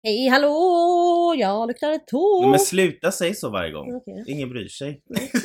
Hej, hallå! Jag luktar tår. Men sluta säga så varje gång. Okej. Ingen bryr sig.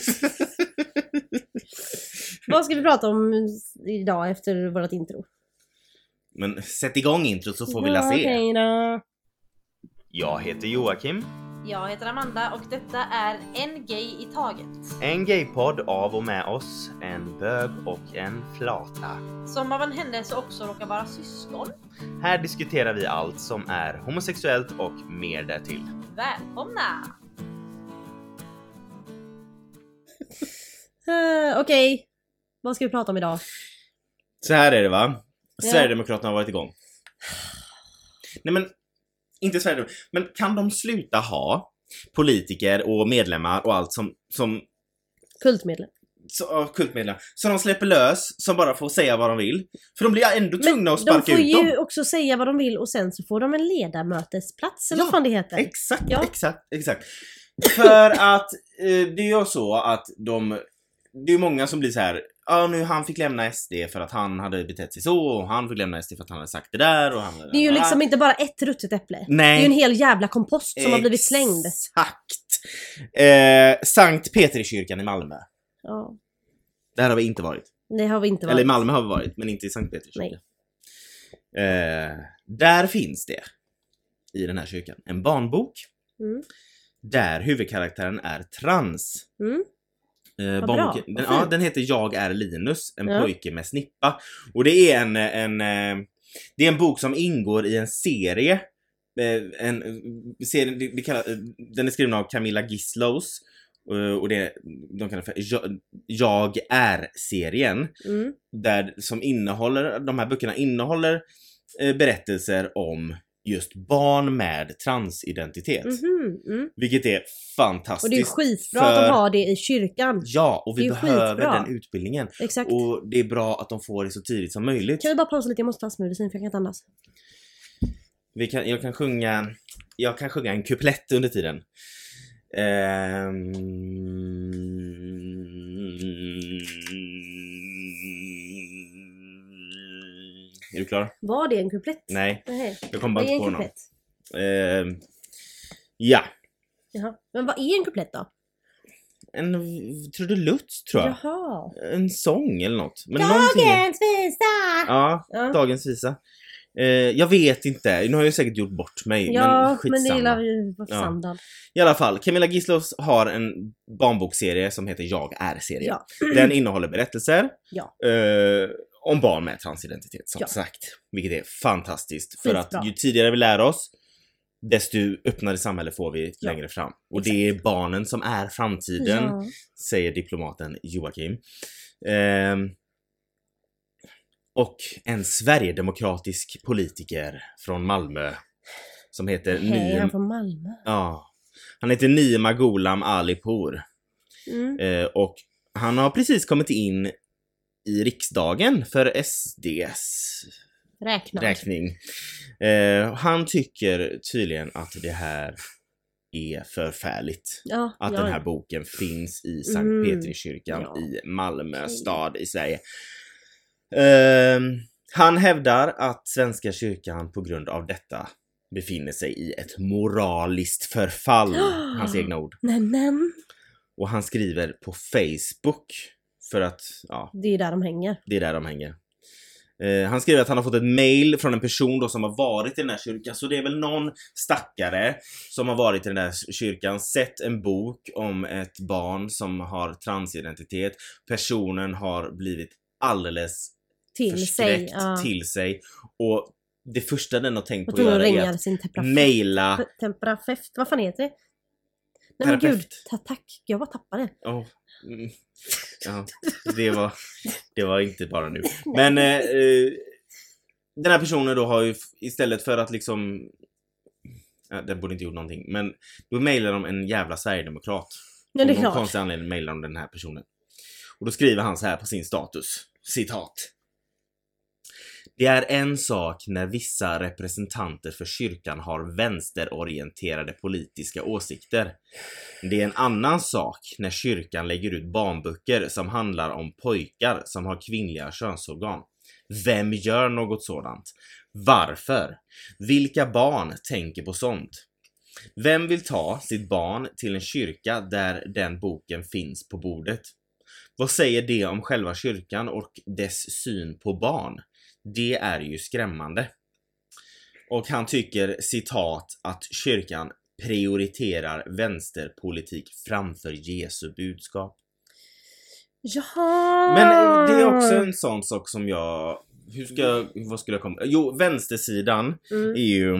Vad ska vi prata om idag efter vårt intro? Men sätt igång intro så får vi la se. Okej då. Jag heter Joakim. Jag heter Amanda och detta är En Gay i Taget. En gaypodd av och med oss, en bög och en flata. Som av en händelse också råkar vara syskon. Här diskuterar vi allt som är homosexuellt och mer därtill. Välkomna! Okej. Vad ska vi prata om idag? Så här är det va? Ja. Sverigedemokraterna har varit igång. Nej men, inte Sverigedemokraterna. Men kan de sluta ha politiker och medlemmar och allt som Kultmedlem. kultmedlemmar som de släpper lös, som bara får säga vad de vill. För de blir ändå tvungna att de sparka får ut dem. ju också säga vad de vill och sen så får de en ledamötesplats eller Ja, vad fan det heter. Exakt, Ja. exakt. För att det är ju så att det är många som blir så här. Ja, nu han fick lämna SD för att han hade betett sig så, och han fick lämna SD för att han hade sagt det där, och han, Det är ju liksom inte bara ett ruttet äpple. Nej. Det är ju en hel jävla kompost som har blivit slängd. Exakt. Sankt Petrikyrkan i Malmö. Ja, Där har vi inte varit. det har vi inte varit. Eller i Malmö har vi varit, men inte i Sankt Petrikyrkan. Där finns det i den här kyrkan en barnbok Mm. där huvudkaraktären är trans. Mm. Vad Barnboken, bra. den heter Jag är Linus, en Ja. pojke med snippa. Och det är det är en bok som ingår i en serie. Den är skriven av Camilla Gislows. Och de kallar för Jag är-serien. Mm. De här böckerna innehåller berättelser om just barn med transidentitet. Mhm, mm. Vilket är fantastiskt. Och det är skitbra att de har det i kyrkan. Ja, och vi Det är behöver skitbra. den utbildningen. Exakt. Och det är bra att de får det så tidigt som möjligt. Kan vi bara pausa lite? Jag måste ta smörjmedicin för jag kan inte andas. Jag kan sjunga en kuplett under tiden. Är du klar? Var det en kuplett? Nej, Nej. jag kommer bara Vad är inte en på någon. kuplett? Ja. Jaha. Men vad är en kuplett då? En trudelutt tror jag. Jaha. En sång eller något. Men någonting. Dagens visa! Ja, Ja. dagens visa. Jag vet inte. Nu har jag säkert gjort bort mig. Ja, men skitsamma. men det gillar ju vara Ja. standard. I alla fall, Camilla Gislows har en barnbokserie som heter Jag är-serien. Ja. Den innehåller berättelser Ja. om barn med transidentitet som Ja. sagt. Vilket är fantastiskt. För Skitbra. att ju tidigare vi lär oss, desto öppnare samhälle får vi Ja. längre fram. Och det är barnen som är framtiden, Ja. säger diplomaten Joakim. Och en sverigedemokratisk politiker från Malmö som heter Hej, han från Malmö. Ja, han heter Nima Gholam Alipour. Mm. Och han har precis kommit in i riksdagen för SDs räkning. Han tycker tydligen att det här är förfärligt. Ja, Att ja. den här boken finns i Sankt Petrikyrkan Ja. i Malmö Okej. stad i Sverige. Han hävdar att Svenska kyrkan på grund av detta befinner sig i ett moraliskt förfall. Hans egna ord. Men. Och han skriver på Facebook för att, ja, Det är där de hänger. det är där de hänger. Han skriver att han har fått ett mail från en person då som har varit i den här kyrkan. Så det är väl någon stackare som har varit i den här kyrkan, sett en bok om ett barn som har transidentitet. Personen har blivit alldeles Till sig. förskräckt Ja. till sig. Och det första den har tänkt Och på att då göra är ringer att sin maila. temperafeft. Vad fan heter det? Nej men Terapeut. gud, tack. Jag bara tappade. Oh. Ja, det var inte bara nu. Men den här personen då har ju istället för att liksom, den borde inte gjort någonting, men då mejlar de en jävla sverigedemokrat. Ja, det är Av någon klart. konstig anledning mejlar de den här personen. Och då skriver han så här på sin status, citat: Det är en sak när vissa representanter för kyrkan har vänsterorienterade politiska åsikter. Det är en annan sak när kyrkan lägger ut barnböcker som handlar om pojkar som har kvinnliga könsorgan. Vem gör något sådant? Varför? Vilka barn tänker på sånt? Vem vill ta sitt barn till en kyrka där den boken finns på bordet? Vad säger det om själva kyrkan och dess syn på barn? Det är ju skrämmande. Och han tycker, citat, att kyrkan prioriterar vänsterpolitik framför Jesu budskap. Jaha! Men det är också en sån sak som jag... vad skulle jag komma... Jo, vänstersidan är ju...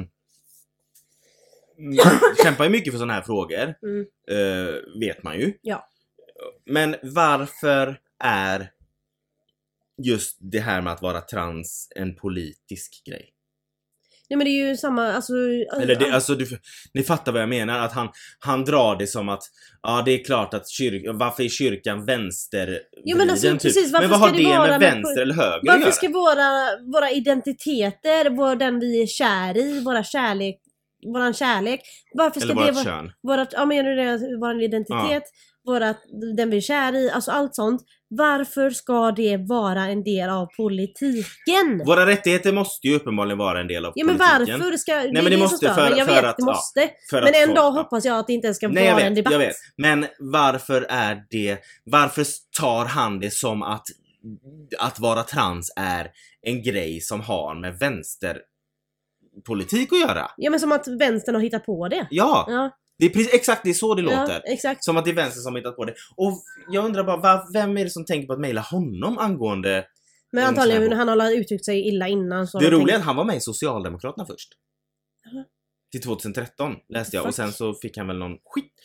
kämpar ju mycket för såna här frågor. Vet man ju. Ja. Men varför är just det här med att vara trans en politisk grej? Nej, men det är ju samma, alltså... Eller det, alltså ni fattar vad jag menar, att han drar det som att ja, det är klart att varför är kyrkan vänstervriden? Jo, men alltså, typ. precis, Men vad har det med vänster eller höger att göra? Varför ska våra identiteter, den vi är kär i, våran kärlek, varför ska eller det vårt vara... kön? Vår identitet, den vi är kär i, alltså allt sånt. Varför ska det vara en del av politiken? Våra rättigheter måste ju uppenbarligen vara en del av politiken. Ja, men varför ska... Nej, men det måste jag vet, det måste. för men att en dag folk, hoppas jag att det inte ska Nej, vara en debatt. jag vet. Men varför tar han det som att vara trans är en grej som har med vänsterpolitik att göra? Ja, men som att vänstern har hittat på det. Ja. Det är precis exakt det är så det Ja, låter. exakt. Som att det är vänster som har hittat på det. Och jag undrar bara, vem är det som tänker på att mejla honom angående... Men antagligen han har uttryckt sig illa innan. Så det roliga är att han var med i Socialdemokraterna först. Jaha. Till 2013 läste jag. Fuck. Och sen så fick han väl någon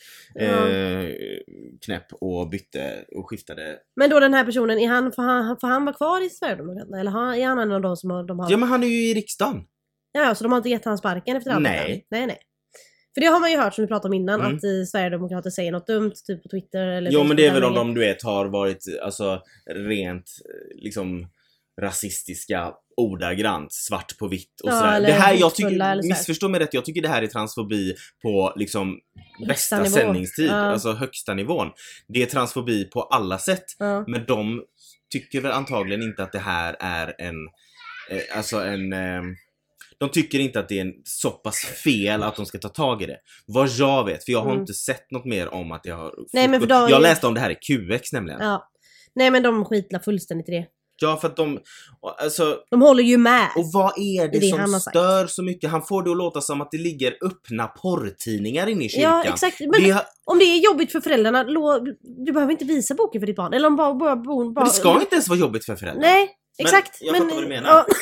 knäpp och bytte och skiftade. Men då den här personen, får han vara kvar i Sverigedemokraterna? Eller är han en av de som de har... Ja, men han är ju i riksdagen. Ja, så de har inte gett han sparken efter allt? Nej. Nej. För det har man ju hört, som vi pratade om innan, att Sverigedemokrater säger något dumt typ på Twitter eller... Jo, men det är väl om de, du vet, har varit alltså rent liksom rasistiska ordagrant, svart på vitt och sådär. Det här, jag tycker, missförstå mig rätt, jag tycker det här är transfobi på liksom bästa nivå. sändningstid, alltså högsta nivån. Det är transfobi på alla sätt, men de tycker väl antagligen inte att det här är de tycker inte att det är så pass fel att de ska ta tag i det. Vad jag vet, för jag har inte sett något mer om att jag har... Nej, men jag läste om det här i QX nämligen. Ja. Nej, men de skitlar fullständigt i det. Ja, för att de håller ju med. Och vad är det som stör så mycket? Han får det att låta som att det ligger öppna porrtidningar inne i kyrkan. Ja, exakt. Men om det är jobbigt för föräldrarna, du behöver inte visa boken för ditt barn. Eller om bara men det ska inte ens vara jobbigt för föräldrarna. Nej, exakt. Men jag fattar vad du menar. Ja.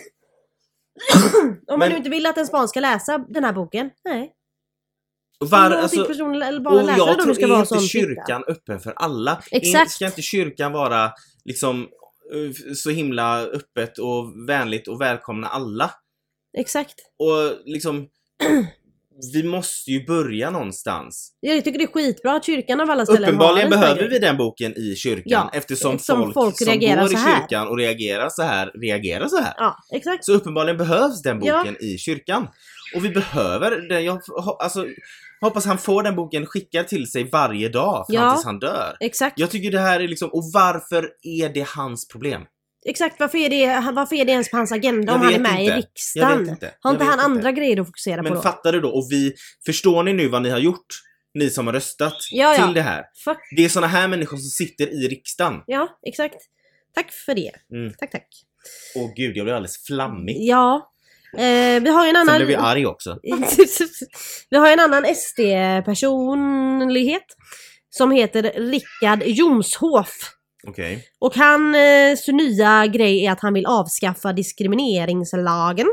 Om man nu inte vill att ens barn ska läsa den här boken, nej. Och jag tror inte som kyrkan öppen för alla. Exakt. Ska inte kyrkan vara liksom så himla öppet och vänligt och välkomna alla? Exakt. Och liksom vi måste ju börja någonstans. Jag tycker det är skitbra att kyrkan av alla ställen uppenbarligen behöver vi den boken i kyrkan, ja, eftersom folk som går i kyrkan och reagerar så här. Ja, exakt. Så uppenbarligen behövs den boken i kyrkan. Och vi behöver den. Jag hoppas han får den boken skickad till sig varje dag fram tills han dör. Exakt. Jag tycker det här är liksom, och varför är det hans problem? Exakt, varför är det ens på hans agenda om han är med i riksdagen? Har inte han andra grejer att fokusera på då? Men fattar du då? Och förstår ni nu vad ni har gjort? Ni som har röstat till det här. Fuck. Det är såna här människor som sitter i riksdagen. Ja, exakt. Tack för det. Tack. Åh gud, jag blir alldeles flammig. Ja. Vi har ju en annan... Sen blev vi arg också. Vi har en annan SD-personlighet som heter Rickard Jomshof. Okay. Och så nya grej är att han vill avskaffa diskrimineringslagen.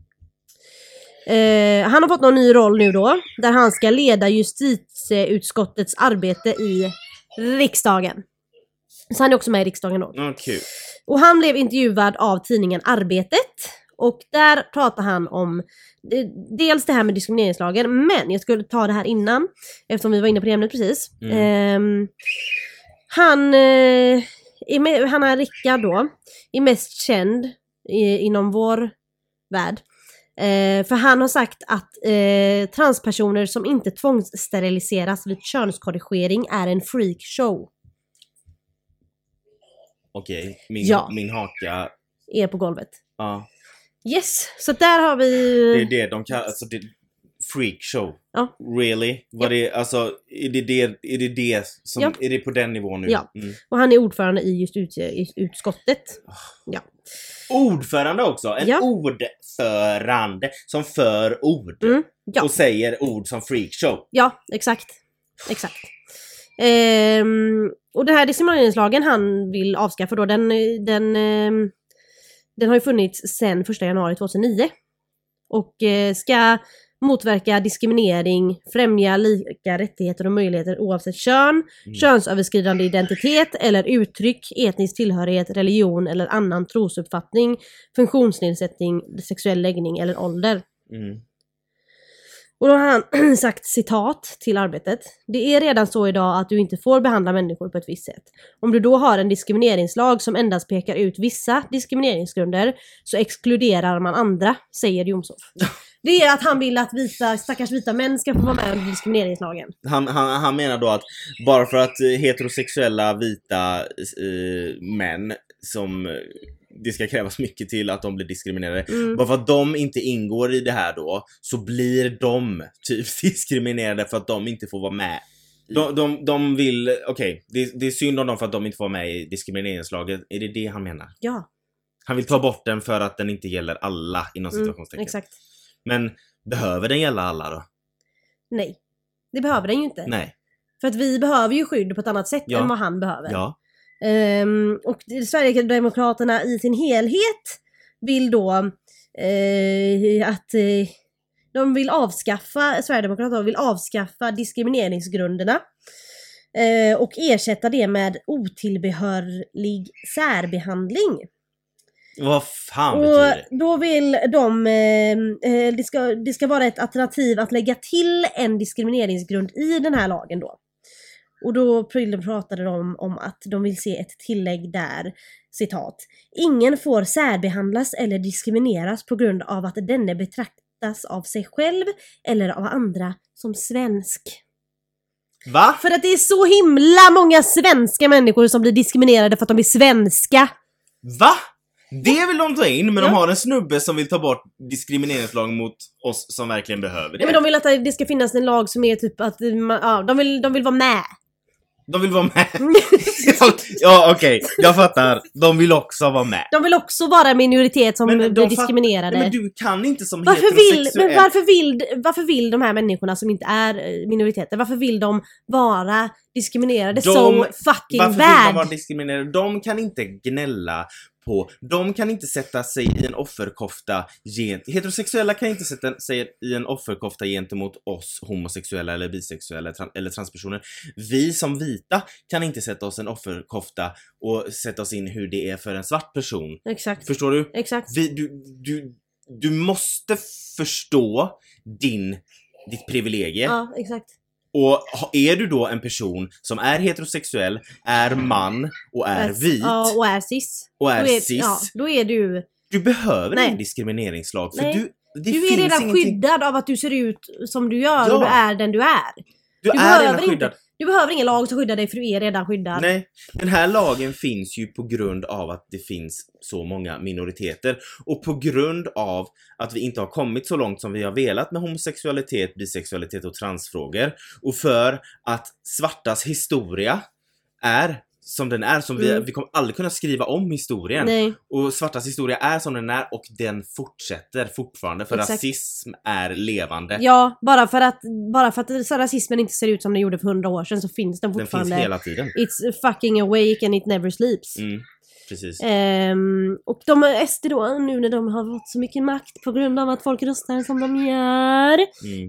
Han har fått någon ny roll nu då, där han ska leda justitieutskottets arbete i riksdagen. Så han är också med i riksdagen då. Okay. Och han blev intervjuad av tidningen Arbetet. Och där pratar han om dels det här med diskrimineringslagen, men jag skulle ta det här innan, eftersom vi var inne på det ämnet precis. Han är Rickard då, är mest känd inom vår värld. För han har sagt att transpersoner som inte tvångssteriliseras vid könskorrigering är en freakshow. Okej, min haka är på golvet. Ja. Yes, så där har vi... Det är det de kallar, alltså det freakshow. Ja. Really? Vad det, alltså, är det som, Ja. är det på den nivån nu? Ja. Och han är ordförande i just utskottet. Ja. Ordförande också, en Ja. ordförande som för ord Ja. och säger ord som freakshow. Ja, exakt. Och den här diskrimineringslagen han vill avskaffa då, den har ju funnits sedan 1 januari 2009. Och ska motverka diskriminering, främja lika rättigheter och möjligheter oavsett kön, könsöverskridande identitet eller uttryck, etnisk tillhörighet, religion eller annan trosuppfattning, funktionsnedsättning, sexuell läggning eller ålder. Och då har han sagt citat till arbetet. Det är redan så idag att du inte får behandla människor på ett visst sätt. Om du då har en diskrimineringslag som endast pekar ut vissa diskrimineringsgrunder så exkluderar man andra, säger Jomshof. Det är att han vill att stackars vita män ska få vara med under diskrimineringslagen. Han menar då att bara för att heterosexuella vita män som det ska krävas mycket till att de blir diskriminerade. Bara för att de inte ingår i det här då så blir de typ diskriminerade för att de inte får vara med. De vill, okej, det är synd om dem för att de inte får vara med i diskrimineringslagen. Är det han menar? Ja. Han vill ta bort den för att den inte gäller alla inom situationstecken. Exakt. Men behöver den gälla alla då? Nej, det behöver den ju inte. Nej. För att vi behöver ju skydd på ett annat sätt än vad han behöver. Ja. Och Sverigedemokraterna i sin helhet vill då att de vill Sverigedemokraterna vill avskaffa diskrimineringsgrunderna och ersätta det med otillbehörlig särbehandling. Vad fan betyder det? Och då vill de det ska vara ett alternativ att lägga till en diskrimineringsgrund i den här lagen då. Och då pratade de om att de vill se ett tillägg där, citat, ingen får särbehandlas eller diskrimineras på grund av att denne betraktas av sig själv eller av andra som svensk. Va? För att det är så himla många svenska människor som blir diskriminerade för att de är svenska. Va? Det vill de ta in, men de har en snubbe som vill ta bort diskrimineringslagen mot oss som verkligen behöver det. Ja, men de vill att det ska finnas en lag som är typ att de vill vara med. De vill vara med. Ja, okej. Jag fattar. De vill också vara med. De vill också vara en minoritet som blir diskriminerade. Men du kan inte som varför vill de här människorna som inte är minoriteter, varför vill de vara diskriminerade so fucking varför bad? Vill de vara diskriminerade? De kan inte gnälla på, de kan inte sätta sig i en offerkofta heterosexuella kan inte sätta sig i en offerkofta gentemot oss homosexuella eller bisexuella eller transpersoner. Vi som vita kan inte sätta oss en offerkofta och sätta oss in hur det är för en svart person. Exakt. Förstår du? Exakt. Du måste förstå ditt privilegie. Ja, exakt. Och är du då en person som är heterosexuell, är man och är vit och är cis. Då är du... Du behöver ingen diskrimineringslag för du är redan skyddad av att du ser ut som du gör och du är den du är. Du är redan skyddad. Du behöver ingen lag som skyddar dig för du är redan skyddad. Nej, den här lagen finns ju på grund av att det finns så många minoriteter. Och på grund av att vi inte har kommit så långt som vi har velat med homosexualitet, bisexualitet och transfrågor. Och för att svartas historia är som den är, som vi kommer aldrig kunna skriva om historien. Nej. Och svartas historia är som den är och den fortsätter fortfarande för rasism är levande. Ja, bara för att så rasismen inte ser ut som den gjorde för 100 år sedan så finns den fortfarande. Den finns hela tiden. It's fucking awake and it never sleeps. Precis. Och de SD då, nu när de har fått så mycket makt på grund av att folk röstar som de gör.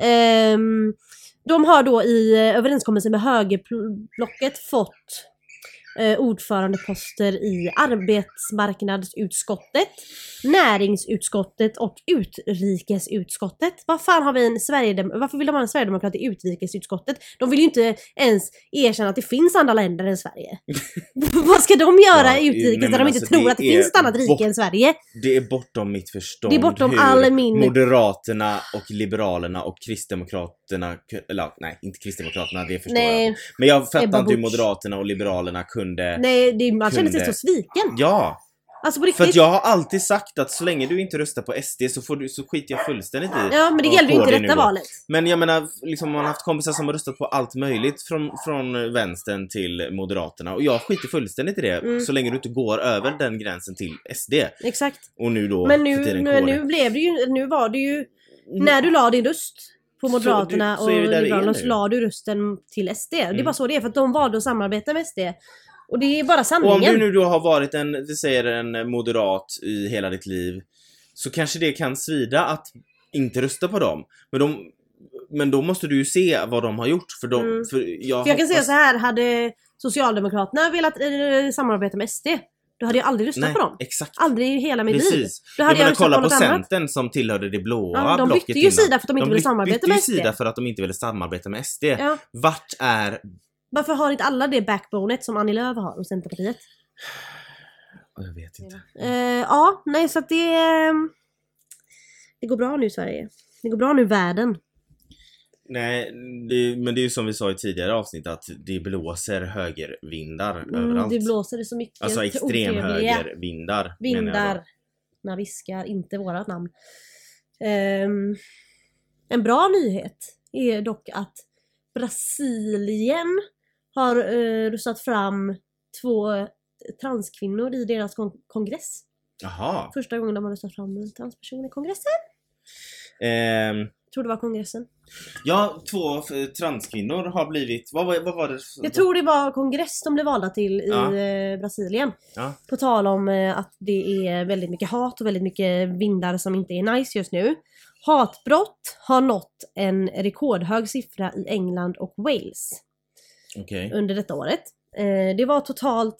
De har då i överenskommelsen med högerblocket fått ordförandeposter i arbetsmarknadsutskottet, näringsutskottet och utrikesutskottet. Vad fan har vi varför vill de ha en sverigedemokrat i utrikesutskottet? De vill ju inte ens erkänna att det finns andra länder än Sverige. Vad ska de göra i utrikes där de inte tror att det finns ett annat rike än Sverige? Det är bortom mitt förstånd. Det är bortom all min... Moderaterna och Liberalerna och Kristdemokraterna, eller nej, inte Kristdemokraterna, det förstår jag. Men jag fattar inte hur Moderaterna och Liberalerna kunde... Nej, man känner sig så sviken. Ja. Alltså på För riktigt. att jag har alltid sagt att så länge du inte röstar på SD så skiter jag fullständigt i. Ja, men det gäller ju inte detta valet. Men jag menar, liksom, man har haft kompisar som har röstat på allt möjligt från vänstern till Moderaterna. Och jag skiter fullständigt i det. Så länge du inte går över den gränsen till SD. Exakt. Och nu då Men för tiden nu blev det ju, nu var det ju, när du la din röst på Moderaterna så är det där och det är Liberalerna nu. så la du rösten till SD. Det är bara så det är, för att de valde att samarbeta med SD. Och det är bara sanningen. Och om du nu då har varit vi säger en moderat i hela ditt liv, så kanske det kan svida att inte rösta på dem. Men då måste du ju se vad de har gjort. För jag kan säga så här, hade Socialdemokraterna velat samarbeta med SD, då hade jag aldrig röstat på dem. Exakt. Aldrig i hela mitt liv. Precis. Då hade jag kolla på något annat. Centern som tillhörde det blåa Ja, de blocket bytte ju innan. sida för att de inte ville samarbeta med SD. De bytte ju sida för att de inte ville samarbeta med SD. Ja. Vart är... Varför har inte alla det backbonet som Annie Lööf har hos Centerpartiet? Jag vet inte. Ja, nej, så att det går bra nu i Sverige. Det går bra nu i världen. Nej, men det är ju som vi sa i tidigare avsnitt att det blåser högervindar överallt. Det blåser så mycket. Alltså extrem högervindar. Vindarna viskar, inte vårat namn. En bra nyhet är dock att Brasilien har röstat fram 2 transkvinnor i deras kongress. Jaha. Första gången de har röstat fram en transperson i kongressen. Jag tror det var kongressen. Ja, 2 transkvinnor har blivit... Vad var det? Jag tror det var kongress de blev valda till i Brasilien. Ja. På tal om att det är väldigt mycket hat och väldigt mycket vindar som inte är nice just nu. Hatbrott har nått en rekordhög siffra i England och Wales. Okay. Under detta året. Det var totalt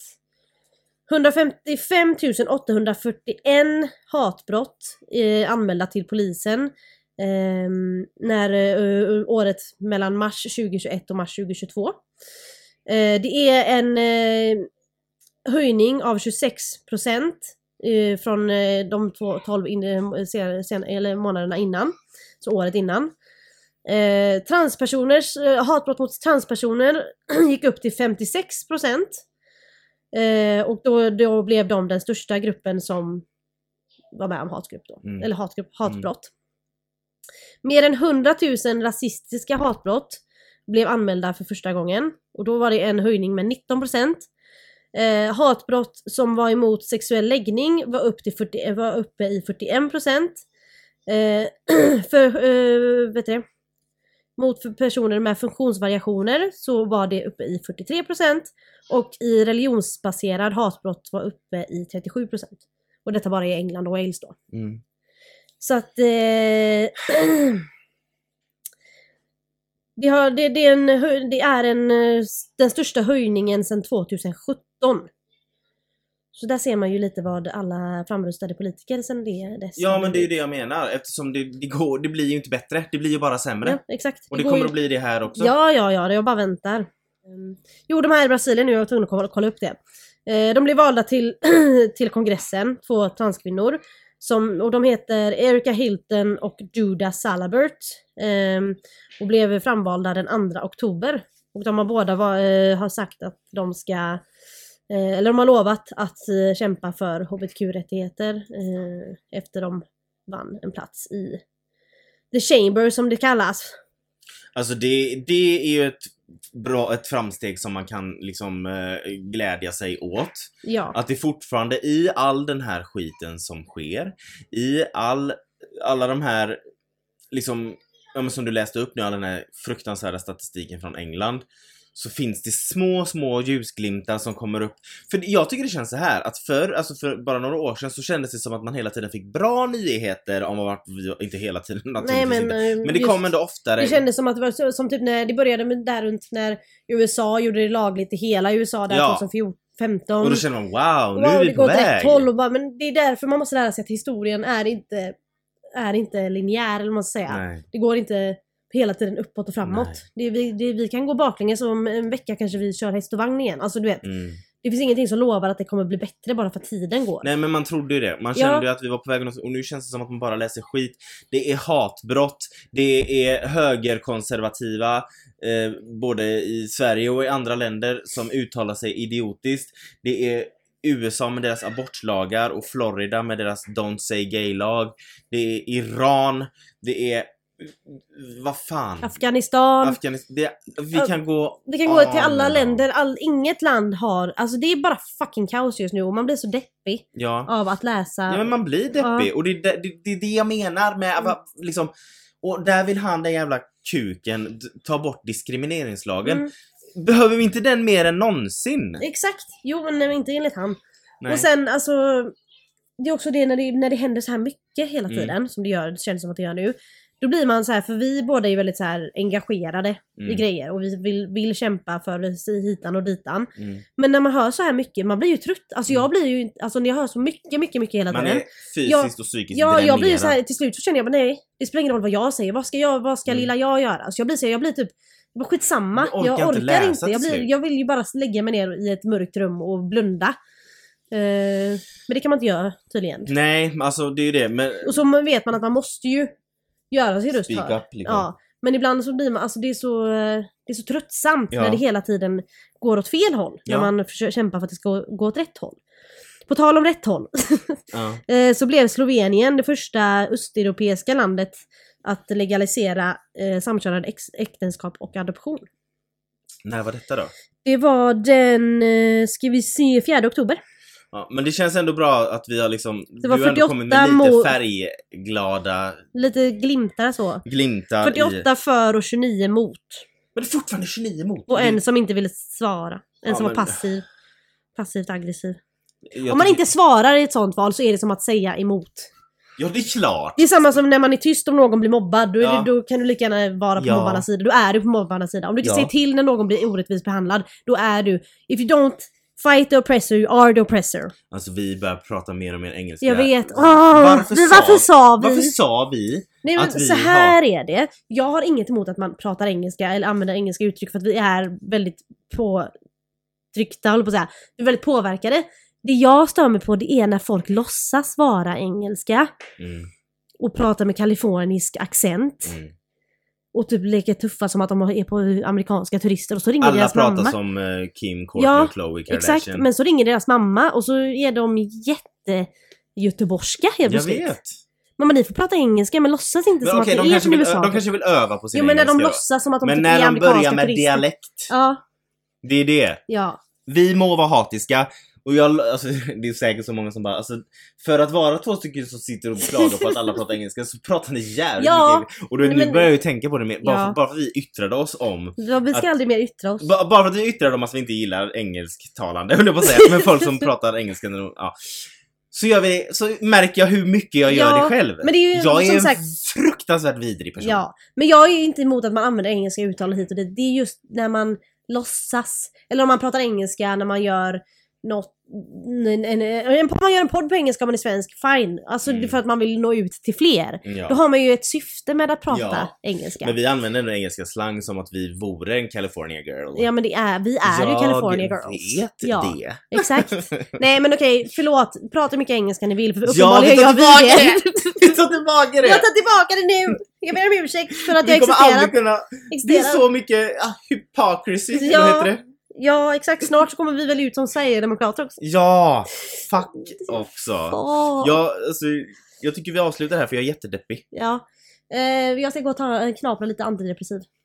155 841 hatbrott anmälda till polisen när året mellan mars 2021 och mars 2022. Det är en höjning av 26% från de 12 eller månaderna innan, så året innan. Hatbrott mot transpersoner gick upp till 56%. Och då blev de den största gruppen som var med om hatgrupp då. Eller hatbrott. Mer än 100 000 rasistiska hatbrott blev anmälda för första gången. Och då var det en höjning med 19%. Hatbrott som var emot sexuell läggning var uppe i 41%. Mot personer med funktionsvariationer så var det uppe i 43%. Och i religionsbaserad hatbrott var uppe i 37%. Och detta bara i England och Wales då. Så att det är den största höjningen sedan 2017. Så där ser man ju lite vad alla framröstade politiker sedan dess. Ja, men det är ju det jag menar. Eftersom det blir ju inte bättre. Det blir ju bara sämre. Ja, exakt. Och det kommer att bli det här också. Ja, jag bara väntar. Jo, de här i Brasilien nu, jag var tvungen att kolla upp det. De blev valda till kongressen, 2 transkvinnor. Och de heter Erika Hilton och Judah Salabert. Och blev framvalda den 2 oktober. Och de har båda har sagt att de ska... eller de har lovat att kämpa för HBTQ-rättigheter efter de vann en plats i The Chamber som det kallas. Alltså det är ju ett framsteg som man kan liksom glädja sig åt. Ja. Att det fortfarande i all den här skiten som sker, i alla de här liksom, som du läste upp nu, all den här fruktansvärda statistiken från England, så finns det små ljusglimtar som kommer upp. För jag tycker det känns så här att för bara några år sedan så kändes det som att man hela tiden fick bra nyheter om vad inte hela tiden naturligtvis. Nej, men det kom ändå oftare. Det kändes som att det var som typ när det började med där runt när USA gjorde det lagligt i hela USA där 2015. Och då känner man wow, nu är vi på väg. Och men det är därför man måste lära sig att historien är inte linjär, eller man ska säga. Nej. Det går inte hela tiden uppåt och framåt. Vi kan gå baklänges om en vecka kanske vi kör häst och vagn igen. Alltså du vet, det finns ingenting som lovar att det kommer bli bättre bara för att tiden går. Nej, men man trodde ju det. Man kände ju att vi var på väg och nu känns det som att man bara läser skit. Det är hatbrott, det är högerkonservativa både i Sverige och i andra länder som uttalar sig idiotiskt. Det är USA med deras abortlagar och Florida med deras Don't Say Gay-lag. Det är Iran, det är vad fan? Afghanistan. Vi kan gå till alla länder. Inget land har... Alltså det är bara fucking kaos just nu och man blir så deppig av att läsa. Ja, men man blir deppig. Och det är det jag menar med liksom, och där vill han, den jävla kuken, ta bort diskrimineringslagen. Behöver vi inte den mer än någonsin? Exakt. Jo, men inte enligt han. Nej. Och sen alltså, det är också det när det händer så här mycket hela tiden som det känns som att det gör nu. Då blir man så här, för vi båda är väldigt så här engagerade i grejer och vi vill kämpa för hitan och ditan. Men när man hör så här mycket, man blir ju trött. Alltså jag blir ju, alltså när jag hör så mycket hela tiden. Man är fysiskt och psykiskt dränerad. Jag blir ju så här, till slut så känner jag bara nej, det spelar ingen roll vad jag säger. Vad ska lilla jag göra? Alltså jag blir typ skitsamma. Jag orkar inte. Jag vill ju bara lägga mig ner i ett mörkt rum och blunda. Men det kan man inte göra tydligen. Nej, alltså det är ju det. Men... Och så vet man att man måste ju göra sin röst hörd. Liksom. Ja, men ibland så blir man, alltså det är så tröttsamt när det hela tiden går åt fel håll. När man försöker kämpa för att det ska gå åt rätt håll. På tal om rätt håll så blev Slovenien det första östeuropeiska landet att legalisera samkönade äktenskap och adoption. När var detta då? Det var den, ska vi se, 4 oktober. Ja, men det känns ändå bra att vi har liksom... Det var du har ändå kommit med lite färgglada... Lite glimtar så. 48 för och 29 mot. Men det är fortfarande 29 mot. Och en som inte ville svara. En som var passiv. Passivt aggressiv. Om man inte svarar i ett sånt val så är det som att säga emot. Ja, det är klart. Det är samma som när man är tyst om någon blir mobbad. Då kan du lika gärna vara på mobbarnas sida. Då är du på mobbarnas sida. Om du inte säger till när någon blir orättvist behandlad, då är du... If you don't fight the oppressor, you are the oppressor. Alltså vi börjar prata mer och mer engelska. Jag vet. Varför sa vi? Nej, men så här är det. Jag har inget emot att man pratar engelska eller använder engelska uttryck för att vi är väldigt påtryckta, håller på att säga. Vi är väldigt påverkade. Det jag stör mig på, det är när folk låtsas vara engelska och pratar med kalifornisk accent. Och typ leker tuffa som att de är på amerikanska turister och så ringer deras mamma. Alla pratar som Kim, Kourtney och Khloe Kardashian. Exakt, men så ringer deras mamma och så är de jättegöteborgska helt plötsligt. Jag vet. Mamma, ni får prata engelska men låtsas inte men som att det är från USA. De kanske vill öva på sin engelska. Men när de då. låtsas som att de men typ när är de amerikanska börjar med turister. dialekt. Ja. Det är det. Ja. Vi må vara hatiska. Och alltså, det är säkert så många som bara, alltså, för att vara 2 stycken som sitter och klagar på att alla pratar engelska så pratar ni jävligt mycket. Och nu börjar jag ju tänka på det mer, bara för att vi yttrade oss om... Ja, vi ska aldrig mer yttra oss. Bara för att vi yttrade om att vi inte gillar engelsktalande, höll jag på att säga, men folk som pratar engelska när de, så märker jag hur mycket jag gör det själv. Men det är ju, jag är som en fruktansvärt vidrig person. Ja, men jag är ju inte emot att man använder engelska uttal hit och dit. Det är just när man låtsas, eller om man pratar engelska när man gör något, man gör en podd på engelska om man är svensk, fine. Alltså det är för att man vill nå ut till fler. Då har man ju ett syfte med att prata engelska. Men vi använder den engelska slang som att vi vore en California girl. Ja, men vi är ju California girls. Jag vet det. Exakt. Nej, men okej, förlåt. Prata hur mycket engelska ni vill, för uppenbarligen jag vill det. Vi tar tillbaka det. Jag tar tillbaka det nu. Jag ber om ursäkt för att jag kommer aldrig kunna... Det är så mycket hypocrisy, eller heter det? Ja, exakt. Snart så kommer vi väl ut som Sverigedemokrater också. Ja, fuck också. Jag tycker vi avslutar här för jag är jättedeppig. Ja. Jag ska gå och knapra lite antidepressiv.